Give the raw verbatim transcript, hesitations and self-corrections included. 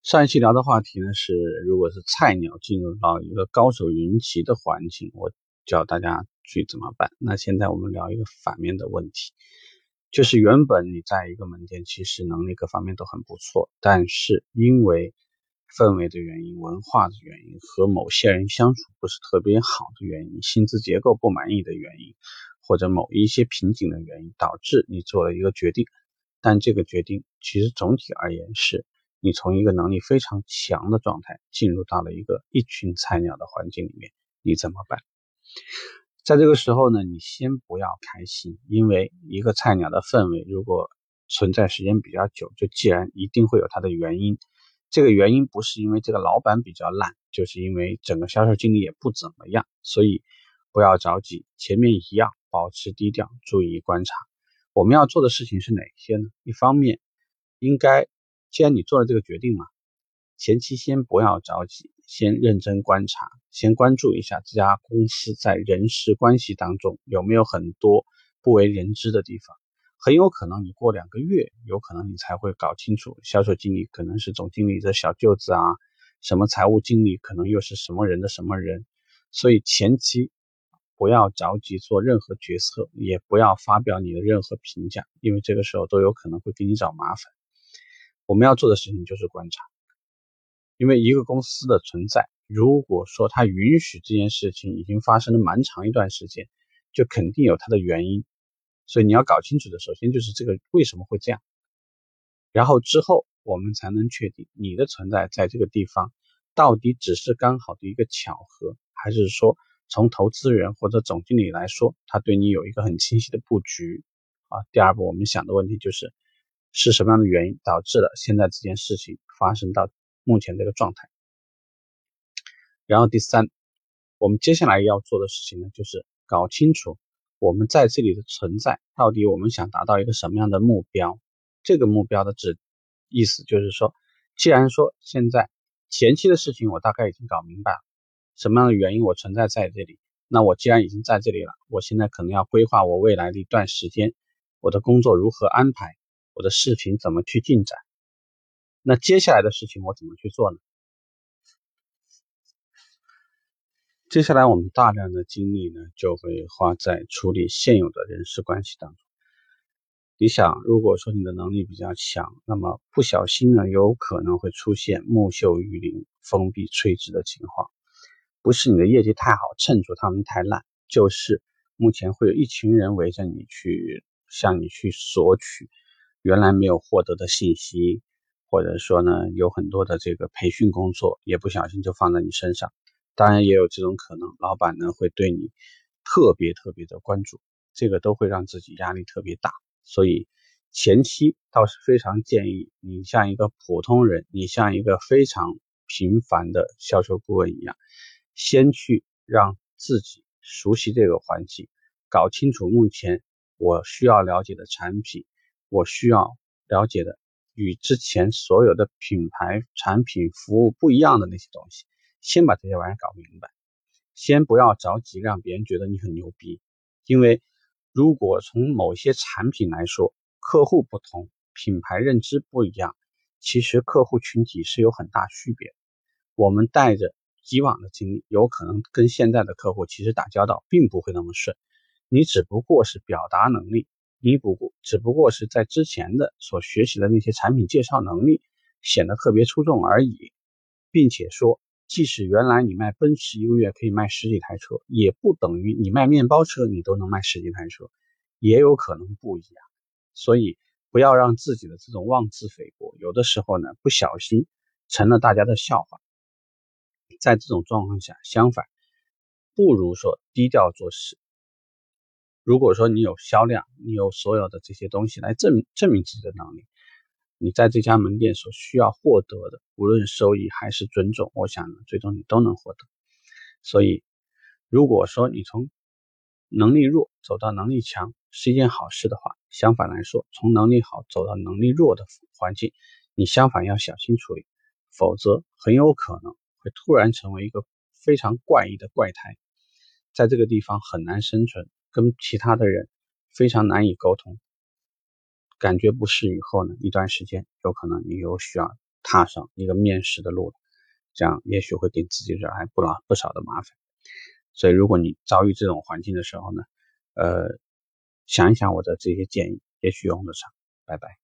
上一期聊的话题呢是，如果是菜鸟进入到一个高手云集的环境，我教大家去怎么办。那现在我们聊一个反面的问题，就是原本你在一个门店其实能力各方面都很不错，但是因为氛围的原因、文化的原因和某些人相处不是特别好的原因、薪资结构不满意的原因，或者某一些瓶颈的原因，导致你做了一个决定。但这个决定其实总体而言是你从一个能力非常强的状态进入到了一个一群菜鸟的环境里面，你怎么办？在这个时候呢，你先不要开心，因为一个菜鸟的氛围如果存在时间比较久，就既然一定会有它的原因。这个原因不是因为这个老板比较烂，就是因为整个销售经理也不怎么样，所以不要着急，前面一样保持低调，注意观察。我们要做的事情是哪些呢？一方面应该既然你做了这个决定嘛，前期先不要着急，先认真观察，先关注一下这家公司在人事关系当中有没有很多不为人知的地方。很有可能你过两个月，有可能你才会搞清楚，销售经理可能是总经理的小舅子啊，什么财务经理可能又是什么人的什么人。所以前期不要着急做任何决策，也不要发表你的任何评价，因为这个时候都有可能会给你找麻烦。我们要做的事情就是观察，因为一个公司的存在，如果说它允许这件事情已经发生了蛮长一段时间，就肯定有它的原因。所以你要搞清楚的，首先就是这个为什么会这样，然后之后我们才能确定你的存在在这个地方到底只是刚好的一个巧合，还是说从投资人或者总经理来说，他对你有一个很清晰的布局啊。第二步我们想的问题就是是什么样的原因导致了现在这件事情发生到目前这个状态。然后第三，我们接下来要做的事情呢，就是搞清楚我们在这里的存在到底我们想达到一个什么样的目标。这个目标的指意思就是说，既然说现在前期的事情我大概已经搞明白了，什么样的原因我存在在这里，那我既然已经在这里了，我现在可能要规划我未来的一段时间，我的工作如何安排，我的事情怎么去进展。那接下来的事情我怎么去做呢？接下来我们大量的精力呢，就会花在处理现有的人事关系当中。你想，如果说你的能力比较强，那么不小心呢，有可能会出现木秀于林、风必摧之的情况。不是你的业绩太好，衬住他们太烂，就是目前会有一群人围着你去向你去索取原来没有获得的信息，或者说呢，有很多的这个培训工作也不小心就放在你身上。当然也有这种可能，老板呢会对你特别特别的关注，这个都会让自己压力特别大。所以前期倒是非常建议你像一个普通人，你像一个非常平凡的销售顾问一样，先去让自己熟悉这个环境，搞清楚目前我需要了解的产品，我需要了解的与之前所有的品牌、产品、服务不一样的那些东西，先把这些玩意搞明白。先不要着急让别人觉得你很牛逼，因为如果从某些产品来说，客户不同，品牌认知不一样，其实客户群体是有很大区别的。我们带着以往的经历，有可能跟现在的客户其实打交道并不会那么顺，你只不过是表达能力，你不过只不过是在之前的所学习的那些产品介绍能力显得特别出众而已，并且说即使原来你卖奔驰一个月可以卖十几台车，也不等于你卖面包车你都能卖十几台车，也有可能不一样。所以不要让自己的这种妄自菲薄，有的时候呢不小心成了大家的笑话。在这种状况下，相反不如说低调做事。如果说你有销量，你有所有的这些东西来证明证明自己的能力，你在这家门店所需要获得的无论收益还是尊重，我想呢最终你都能获得。所以如果说你从能力弱走到能力强是一件好事的话，相反来说，从能力好走到能力弱的环境，你相反要小心处理，否则很有可能会突然成为一个非常怪异的怪胎，在这个地方很难生存，跟其他的人非常难以沟通，感觉不适以后呢，一段时间有可能你又需要踏上一个面试的路了，这样也许会给自己惹来不老不少的麻烦。所以如果你遭遇这种环境的时候呢，呃，想一想我的这些建议，也许用得上。拜拜。